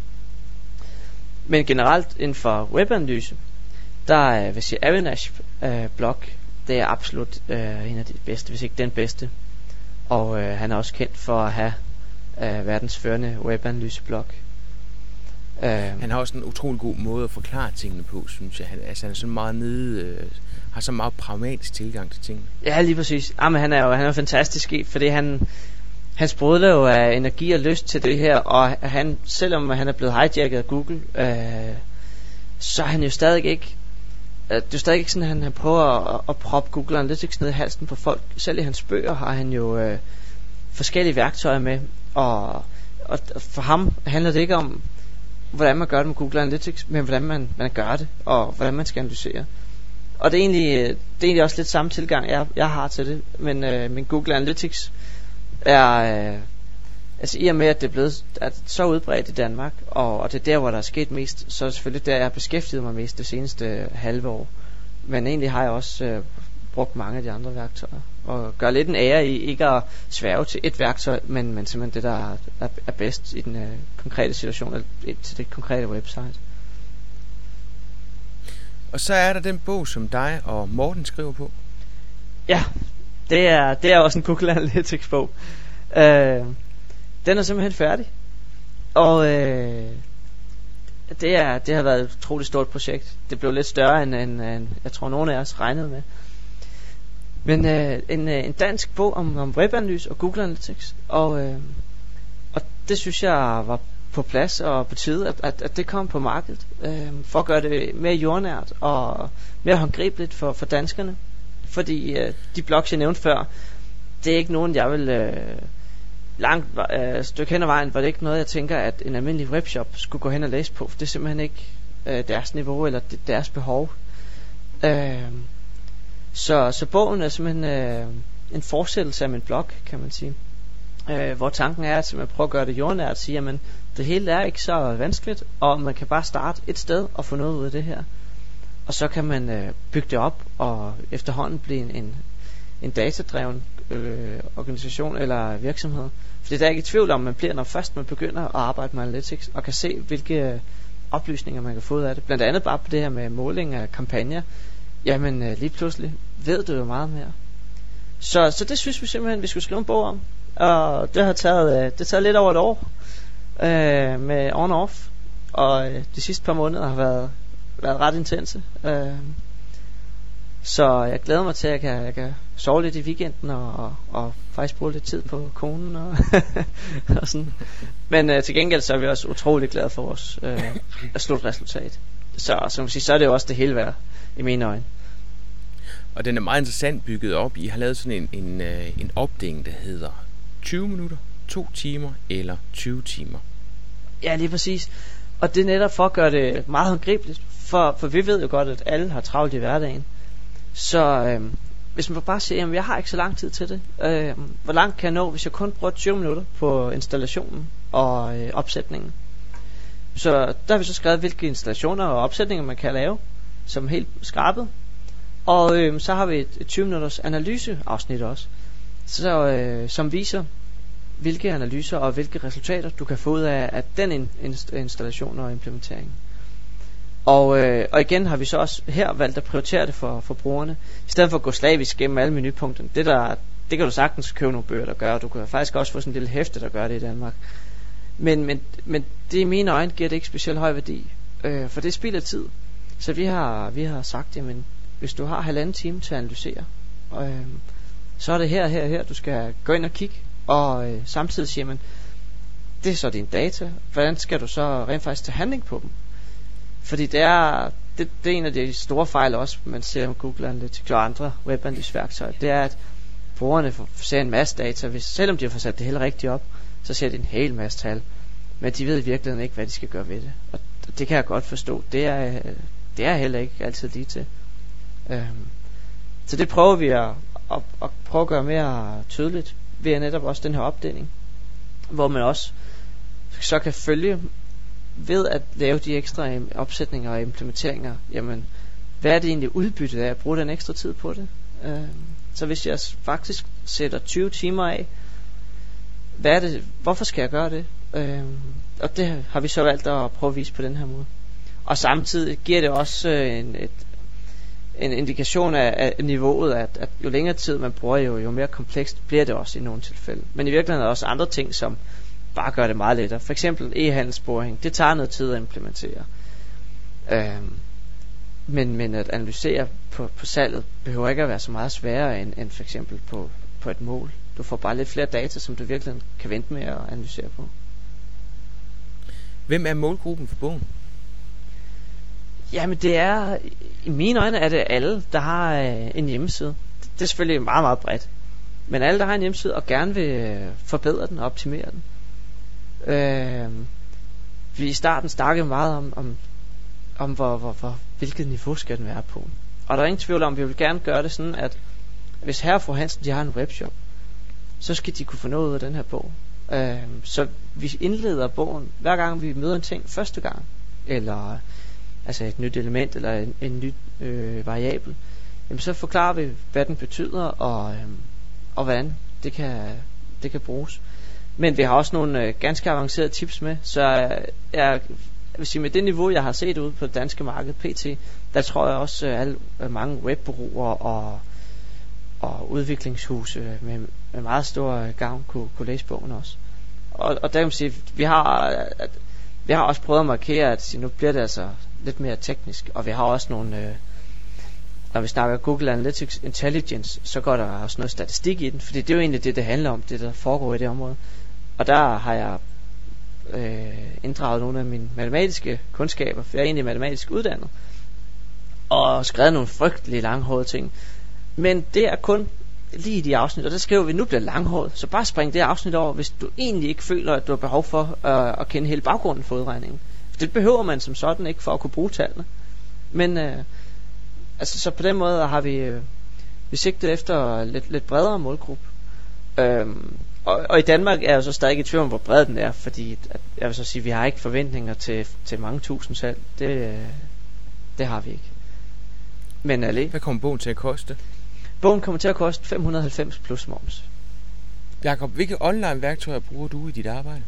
Men generelt inden for webanalyse, der er, hvis jeg Avinash øh, blog, det er absolut øh, en af de bedste, hvis ikke den bedste. Og øh, han er også kendt for at have øh, verdens førende webanalyseblog. Øh. Han har også en utrolig god måde at forklare tingene på, synes jeg. Han, altså, han er sådan meget nede, øh, har så meget pragmatisk tilgang til tingene. Ja, lige præcis. Jamen, han er jo han er fantastisk i, fordi han han sprudler jo af energi og lyst til det her, og han, selvom han er blevet hijacket af Google, øh, så er han jo stadig ikke øh, det er stadig ikke sådan, at han, han prøver at, at proppe Google Analytics ned i halsen på folk. Selv i hans bøger har han jo øh, forskellige værktøjer med, og, og for ham handler det ikke om hvordan man gør det med Google Analytics, men hvordan man, man gør det, og hvordan man skal analysere. Og det er egentlig, det er egentlig også lidt samme tilgang, jeg, jeg har til det, men, øh, men Google Analytics er, øh, altså i og med, at det er blevet at så udbredt i Danmark, og, og det er der, hvor der er sket mest, så er det selvfølgelig der, jeg har beskæftiget mig mest det seneste halve år. Men egentlig har jeg også øh, brugt mange af de andre værktøjer, og gør lidt en ære i ikke at sværge til et værktøj, men, men simpelthen det, der er, er bedst i den øh, konkrete situation, eller til det konkrete website. Og så er der den bog, som dig og Morten skriver på. Ja, det er, det er også en Google Analytics bog. Øh, den er simpelthen færdig. Og øh, det, er, det har været et utroligt stort projekt. Det blev lidt større, end, end, end jeg tror, nogen af os regnede med. Men øh, en, en dansk bog om, om webanalyse og Google Analytics. Og, øh, og det synes jeg var på plads og på tide, at, at, at det kom på markedet, øh, for at gøre det mere jordnært og mere håndgribeligt for, for danskerne. Fordi øh, de blogs, jeg nævnte før, det er ikke nogen, jeg vil øh, langt øh, stykke hen ad vejen, hvor det ikke noget, jeg tænker, at en almindelig webshop skulle gå hen og læse på, for det er simpelthen ikke øh, deres niveau eller deres behov. Øh, så, så bogen er simpelthen øh, en fortsættelse af min blog, kan man sige. Øh, hvor tanken er at man prøver at gøre det jordnært, at sige, at det hele er ikke så vanskeligt, og man kan bare starte et sted og få noget ud af det her. Og så kan man øh, bygge det op og efterhånden blive en, en, en datadreven øh, organisation eller virksomhed. Fordi der er ikke i tvivl om, man bliver, når først man begynder at arbejde med Analytics og kan se, hvilke oplysninger man kan få ud af det. Blandt andet bare på det her med måling af kampagner. Jamen øh, lige pludselig ved du jo meget mere. Så, så det synes vi simpelthen, vi skulle skrive en bog om. Og det har taget, øh, det har taget lidt over et år øh, med on-off. Og øh, de sidste par måneder har været, været ret intense. Øh, så jeg glæder mig til, at jeg kan, jeg kan sove lidt i weekenden og, og, og faktisk bruge lidt tid på konen og, og sådan. Men øh, til gengæld så er vi også utrolig glade for vores øh, slutresultat. Så som man siger, så er det jo også det hele værd i mine øjne. Og den er meget interessant bygget op. I har lavet sådan en, en, en opdeling, der hedder tyve minutter, to timer eller tyve timer. Ja, lige præcis. Og det er netop for at gøre det meget håndgribeligt. For, for vi ved jo godt, at alle har travlt i hverdagen. Så øh, hvis man bare siger, at jeg har ikke så lang tid til det. Øh, hvor langt kan jeg nå, hvis jeg kun bruger tyve minutter på installationen og øh, opsætningen? Så der har vi så skrevet, hvilke installationer og opsætninger man kan lave, som er helt skrabet. Og øh, så har vi et, et tyve minutters analyseafsnit også, så, øh, som viser, hvilke analyser og hvilke resultater du kan få ud af, af den in, inst- installation og implementering. Og, øh, og igen har vi så også her valgt at prioritere det for, for brugerne, i stedet for at gå slavisk gennem alle menupunkterne. Det, der, det kan du sagtens købe nogle bøger, der gør, og du kan faktisk også få sådan en lille hæfte, der gør det i Danmark. Men, men, men det i mine øjne giver det ikke specielt høj værdi, øh, for det spilder tid. Så vi har, vi har sagt, jamen, hvis du har halvanden time til at analysere, øh, så er det her, her, her, du skal gå ind og kigge, og øh, samtidig siger man, det er så dine data, hvordan skal du så rent faktisk tage handling på dem? Fordi det er, det, det er en af de store fejl også, man ser om Google Analytics og andre webanalyseværktøjer, det er, at brugerne får, ser en masse data, hvis, selvom de har fået sat det hele rigtigt op, så ser de en hel masse tal, men de ved i virkeligheden ikke, hvad de skal gøre ved det. Og det kan jeg godt forstå. Det er, det er heller ikke altid lige til. Øhm, så det prøver vi at, at, at prøve at gøre mere tydeligt ved netop også den her opdeling, hvor man også så kan følge ved at lave de ekstra opsætninger og implementeringer. Jamen, hvad er det egentlig udbyttet af at bruge den ekstra tid på det? Øhm, så hvis jeg faktisk sætter tyve timer af, hvad er det, hvorfor skal jeg gøre det? Øhm, og det har vi så valgt at prøve at vise på den her måde. Og samtidig giver det også øh, en, et, en indikation af, af niveauet, at, at jo længere tid man bruger, jo, jo mere komplekst bliver det også i nogle tilfælde. Men i virkeligheden er der også andre ting, som bare gør det meget lettere. For eksempel e-handelssporing, det tager noget tid at implementere. Øhm, men, men at analysere på, på salget behøver ikke at være så meget sværere end, end for eksempel på, på et mål. Du får bare lidt flere data, som du virkelig kan vente med at analysere på. Hvem er målgruppen for bogen? Jamen det er, i mine øjne er det alle, der har øh, en hjemmeside. Det er selvfølgelig meget, meget bredt. Men alle, der har en hjemmeside og gerne vil øh, forbedre den og optimere den. Øh, vi i starten snakkede meget om, om, om hvor, hvor, hvor, hvilket niveau skal den være på. Og der er ingen tvivl om, at vi vil gerne gøre det sådan, at hvis herre og fru Hansen, de har en webshop, så skal de kunne få noget ud af den her bog. Øh, så vi indleder bogen, hver gang vi møder en ting første gang, eller altså et nyt element, eller en, en ny øh, variabel, jamen så forklarer vi, hvad den betyder, og, øh, og hvordan det kan, det kan bruges. Men vi har også nogle øh, ganske avancerede tips med, så jeg, jeg vil sige, med det niveau, jeg har set ude på det danske marked, P T, der tror jeg også, at alle, mange webbureauer og, og udviklingshuse med, med meget stor gavn kunne, kunne læse bogen også. Og, og der kan man sige, vi har, at, vi har også prøvet at markere, at nu bliver det altså lidt mere teknisk, og vi har også nogle, øh, når vi snakker Google Analytics Intelligence, så går der også noget statistik i den, fordi det er jo egentlig det, det handler om, det der foregår i det område. Og der har jeg øh, inddraget nogle af mine matematiske kundskaber, for jeg er egentlig matematisk uddannet, og skrevet nogle frygtelige langhårede ting. Men det er kun lige i de afsnit, og der skriver vi, nu bliver langhåret, så bare spring det afsnit over, hvis du egentlig ikke føler, at du har behov for øh, at kende hele baggrunden for udregningen. Det behøver man som sådan ikke for at kunne bruge tallene. Men øh, altså, så på den måde har vi, øh, vi sigtet efter lidt, lidt bredere målgruppe. Øhm, og, og i Danmark er jeg så stadig i tvivl om, hvor bred den er, fordi at, jeg vil så sige, vi har ikke forventninger til, til mange tusind salg. Det, øh, det har vi ikke. Men alene. Hvad kommer bogen til at koste? Bogen kommer til at koste fem hundrede og halvfems plus moms. Jakob, hvilke online værktøjer bruger du i dit arbejde?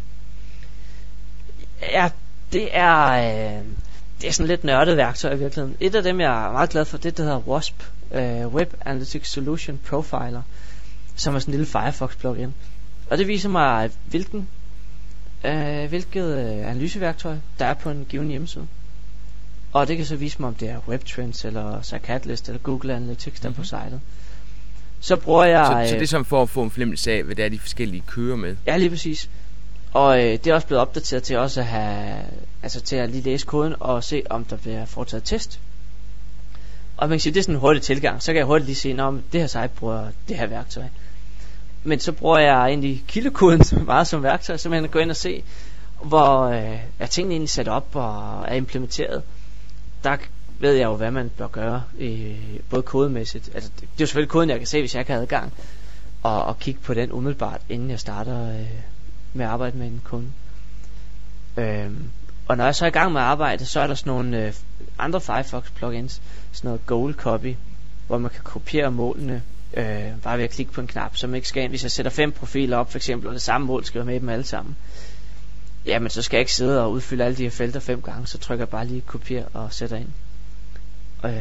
Ja, det er øh, det er sådan lidt nørdet værktøj i virkeligheden. Et af dem, jeg er meget glad for, det der hedder W A S P, øh, Web Analytics Solution Profiler, som er sådan en lille Firefox plugin. Og det viser mig, hvilken, øh, hvilket øh, analyseværktøj der er på en given hjemmeside. Og det kan så vise mig, om det er WebTrends, eller Scikit-Learn, eller Google Analytics, der mm-hmm. på sitet. Så bruger jeg... Så, så det er som for at få en fornemmelse af, hvad det er, de forskellige kører med? Ja, lige præcis. Og øh, det er også blevet opdateret til også at have, altså til at lige læse koden og se, om der bliver foretaget test. Og man kan sige, det er sådan en hurtig tilgang. Så kan jeg hurtigt lige se, om det her site bruger det her værktøj. Men så bruger jeg egentlig kildekoden meget som værktøj, så man kan gå ind og se, hvor øh, er tingene egentlig sat op og er implementeret. Der ved jeg jo, hvad man bør gøre, øh, både kodemæssigt. Altså, det er jo selvfølgelig koden, jeg kan se, hvis jeg kan have adgang, og, og kigge på den umiddelbart, inden jeg starter øh, med at arbejde med en kunde. Øhm, og når jeg så er i gang med at arbejde, så er der sådan nogle øh, andre Firefox plugins, sådan noget goal copy, hvor man kan kopiere målene øh, bare ved at klikke på en knap, som ikke skal ind. Hvis jeg sætter fem profiler op for eksempel, og det samme mål skal være med dem alle sammen, jamen så skal jeg ikke sidde og udfylde alle de her felter fem gange, så trykker jeg bare lige kopier og sætter ind. Øhm.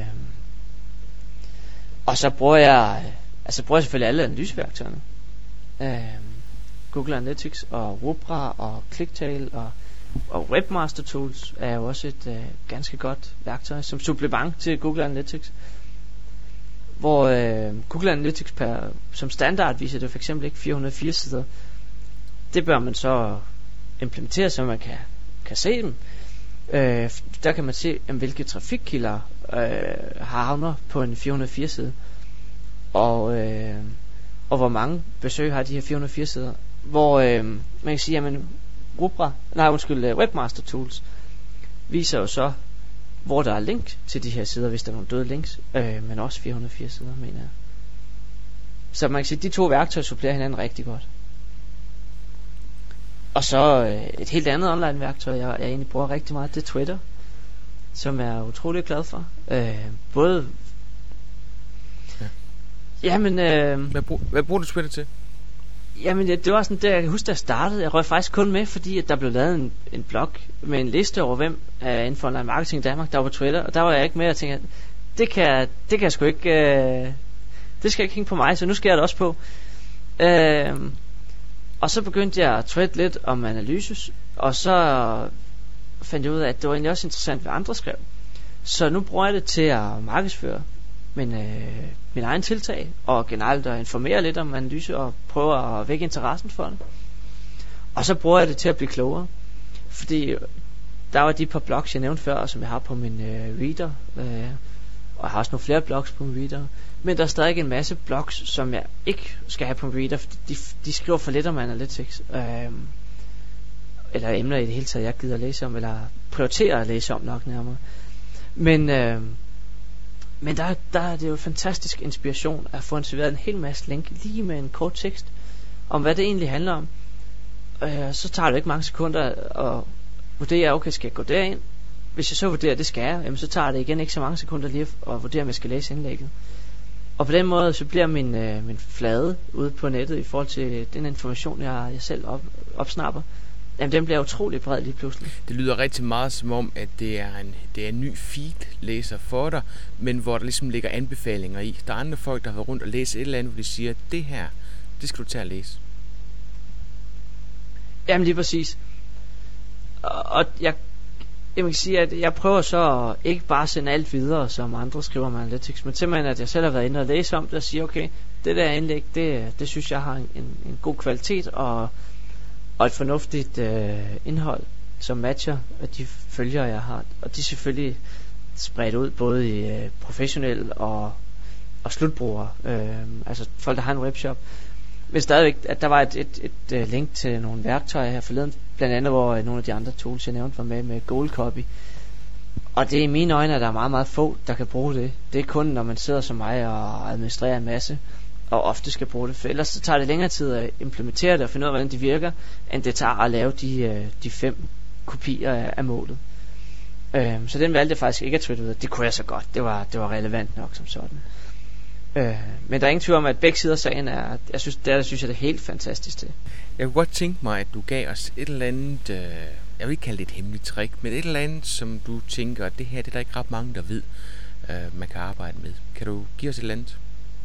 Og så bruger jeg altså bruger jeg selvfølgelig alle analyseværktøjerne. Øhm. Google Analytics og Rubra og Clicktail og og Webmaster Tools er jo også et øh, ganske godt værktøj som supplement til Google Analytics, hvor øh, Google Analytics per, som standard viser det for eksempel ikke fire hundrede og fire sider. Det bør man så implementere, så man kan, kan se dem. Øh, der kan man se, jamen, hvilke trafikkilder øh, har havner på en fire hundrede og fire side, og, øh, og hvor mange besøg har de her fire hundrede og fire sider. Hvor øh, man kan sige, jamen Rubra, nej undskyld, Webmaster Tools viser jo så, hvor der er link til de her sider, hvis der er nogle døde links, øh, men også fire hundrede og fire sider, mener jeg. Så man kan sige, at de to værktøjer supplerer hinanden rigtig godt. Og så øh, et helt andet online værktøj, jeg, jeg egentlig bruger rigtig meget, det er Twitter, som jeg er utrolig glad for. Øh, både... Ja. Jamen... Øh, hvad, brug, hvad bruger du Twitter til? Jamen det, det var sådan, der jeg kan huske, da jeg startede. Jeg røg faktisk kun med, fordi at der blev lavet en, en blog med en liste over, hvem er inden for online marketing i Danmark, der var på Twitter. Og der var jeg ikke med, og tænkte, det kan, det kan jeg sgu ikke... Øh, det skal ikke hænge på mig, så nu skal jeg det også på. Øh, og så begyndte jeg at thread lidt om analyses, og så fandt jeg ud af, at det var egentlig også interessant, hvad andre skrev. Så nu bruger jeg det til at markedsføre min, øh, min egen tiltag, og generelt at informere lidt om analyse, og prøve at vække interessen for det. Og så bruger jeg det til at blive klogere, fordi der var de par blogs, jeg nævnte før, som jeg har på min øh, reader, øh, og jeg har også nogle flere blogs på min reader, men der er stadig en masse blogs, som jeg ikke skal have på min reader, fordi de, de skriver for lidt om analytics, øh, eller emner i det hele taget, jeg gider at læse om, eller prioriterer at læse om nok nærmere. Men øh, Men der, der er det jo fantastisk inspiration at få serveret en hel masse link lige med en kort tekst om hvad det egentlig handler om. Øh, så tager det ikke mange sekunder at vurdere, okay, skal jeg gå derind? Hvis jeg så vurderer, det skal jeg, jamen, så tager det igen ikke så mange sekunder lige at vurdere, om jeg skal læse indlægget. Og på den måde så bliver min, øh, min flade ude på nettet i forhold til den information jeg, jeg selv op, opsnapper, jamen den bliver utrolig bred lige pludselig. Det lyder rigtig meget som om, at det er en, det er en ny feed-læser for dig, men hvor der ligesom ligger anbefalinger i. Der er andre folk, der har været rundt og læst et eller andet, hvor de siger, det her, det skal du tage at læse. Jamen lige præcis. Og, og jeg, jeg kan sige, at jeg prøver så at ikke bare sende alt videre, som andre skriver om analytics, men simpelthen, at jeg selv har været inde og læse om det og sige, okay, det der indlæg, det, det synes jeg har en, en god kvalitet, og og et fornuftigt øh, indhold, som matcher de følgere, jeg har. Og de er selvfølgelig spredt ud, både i øh, professionelle og, og slutbrugere. Øh, altså folk, der har en webshop. Men stadigvæk, at der var et, et, et, et link til nogle værktøjer her forleden, blandt andet, hvor øh, nogle af de andre tools, jeg nævnte, var med med Gold Copy. Og det er i mine øjne, at der er meget, meget få, der kan bruge det. Det er kun, når man sidder som mig og administrerer en masse, og ofte skal bruge det, for ellers så tager det længere tid at implementere det og finde ud af, hvordan det virker, end det tager at lave de, de fem kopier af, af målet. Øhm, så den valgte jeg faktisk ikke at tweete ud. Det kunne jeg så godt. Det var, det var relevant nok som sådan. Øh, men der er ingen tvivl om, at begge sider af sagen er, jeg synes, der synes jeg det er helt fantastisk til. Jeg kunne godt tænke mig, at du gav os et eller andet, øh, jeg vil ikke kalde det et hemmeligt trick, men et eller andet, som du tænker, at det her, det er der ikke ret mange, der ved, øh, man kan arbejde med. Kan du give os et eller andet?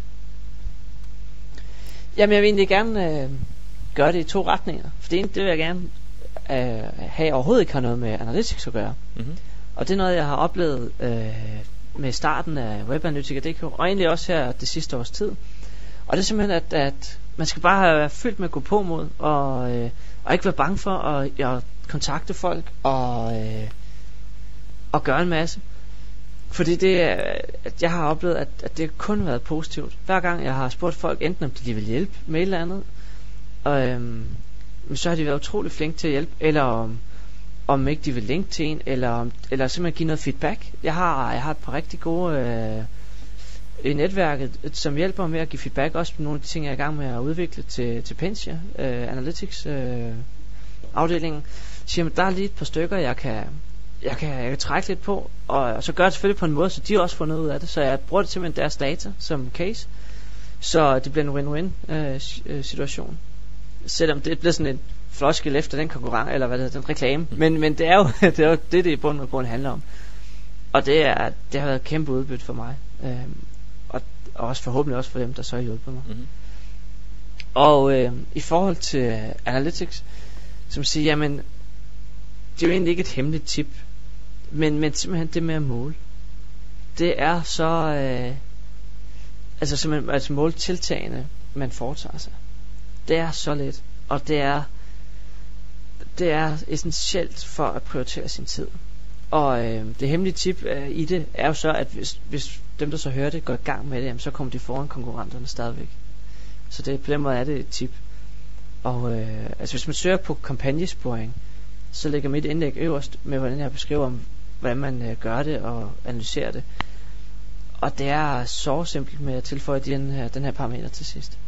Jamen jeg vil egentlig gerne øh, gøre det i to retninger. For det ene, det vil jeg gerne øh, have overhovedet ikke har noget med analytics at gøre. Mm-hmm. Og det er noget jeg har oplevet øh, med starten af Webanalytica punktum d k, og egentlig også her det sidste års tid. Og det er simpelthen at, at man skal bare have fyldt med gå på mod, og, øh, og ikke være bange for at, at kontakte folk og, øh, og gøre en masse. Fordi det, at jeg har oplevet, at, at det kun har været positivt. Hver gang jeg har spurgt folk, enten om de vil hjælpe med et eller andet, og, øhm, så har de været utrolig flinke til at hjælpe, eller om, om ikke de vil linke til en, eller, om, eller simpelthen give noget feedback. Jeg har, jeg har et par rigtig gode øh, i netværket, som hjælper med at give feedback, også på nogle af de ting, jeg er i gang med at udvikle til, til Pensia, øh, Analytics øh, afdelingen. Siger, der er lige et par stykker, jeg kan... Jeg kan, jeg kan trække lidt på, og, og så gør det selvfølgelig på en måde, så de også får noget ud af det. Så jeg bruger det simpelthen deres data som case, så det bliver en win-win øh, situation. Selvom det bliver sådan en floskel efter den konkurrence, eller hvad det hedder, den reklame. Men, men det er jo det, er jo det, det i bund og grund handler om. Og det, er, det har været et kæmpe udbytte for mig. Øh, og, og også forhåbentlig også for dem, der så har hjulpet mig. Mm-hmm. Og øh, i forhold til Analytics, som siger, jamen, det er jo egentlig ikke et hemmeligt tip, men, men simpelthen det med at måle. Det er så, øh, altså simpelthen altså måltiltagene, man foretager sig. Det er så let, og det er, det er essentielt for at prioritere sin tid. Og øh, det hemmelige tip øh, i det er jo så, at hvis, hvis dem, der så hører det, går i gang med det, jamen, så kommer de foran konkurrenterne stadigvæk. Så det, på den måde er det et tip. Og øh, altså hvis man søger på kampagnesporing, så lægger mit indlæg øverst med, hvordan jeg beskriver om, hvordan man øh, gør det og analyserer det. Og det er så simpelt med at tilføje den her, den her parameter til sidst.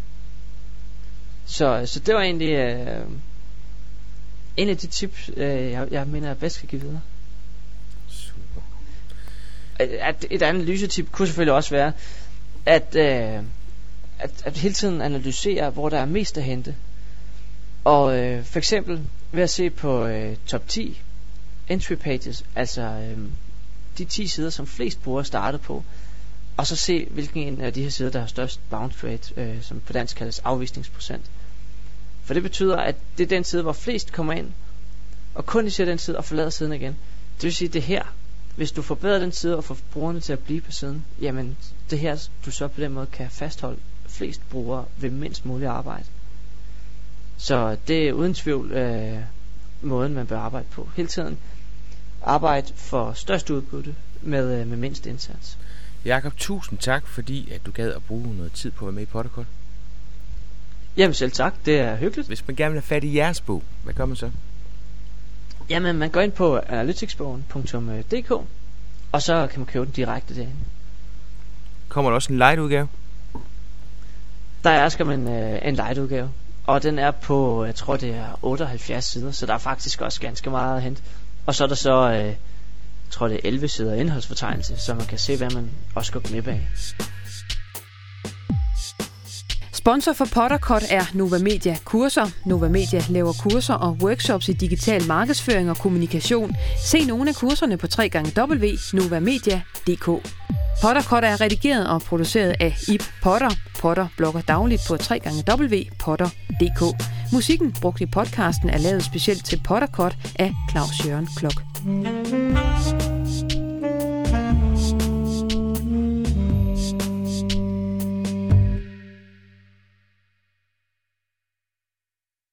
Så, så det var egentlig øh, en af de tips, øh, jeg, jeg mener, jeg bedst skal give videre. Super. At et analysetip kunne selvfølgelig også være, at, øh, at, at hele tiden analysere, hvor der er mest at hente. Og øh, for eksempel ved at se på øh, top ti entry pages, altså øh, de ti sider, som flest brugere starter på, og så se, hvilken en af de her sider, der har størst bounce rate, øh, som på dansk kaldes afvisningsprocent. For det betyder, at det er den side, hvor flest kommer ind, og kun de ser den side og forlader siden igen. Det vil sige, det her, hvis du forbedrer den side og får brugerne til at blive på siden, jamen det her, du så på den måde kan fastholde flest brugere ved mindst muligt arbejde. Så det er uden tvivl øh, måden, man bør arbejde på. Hele tiden arbejde for størst udbytte med, øh, med mindst indsats. Jakob, tusind tak, fordi at du gad at bruge noget tid på at være med i Potterkort. Jamen selv tak, det er hyggeligt. Hvis man gerne vil have fat i jeres bog, hvad gør man så? Jamen man går ind på analyticsbogen punktum d k, og så kan man købe den direkte derinde. Kommer der også en light udgave? Der er skal man øh, en light udgave, og den er på, jeg tror det er otteoghalvfjerds sider, så der er faktisk også ganske meget at hente. Og så er der så, øh, jeg tror det er elleve sider indholdsfortegnelse, så man kan se, hvad man også går med bag. Sponsor for Potterkort er Nova Media Kurser. Nova Media laver kurser og workshops i digital markedsføring og kommunikation. Se nogle af kurserne på w w w punktum novamedia punktum d k. Potterkort er redigeret og produceret af Ib Potter. Potter blogger dagligt på w w w punktum potter punktum d k. Musikken brugt i podcasten er lavet specielt til Potterkort af Claus Jørgen Klok.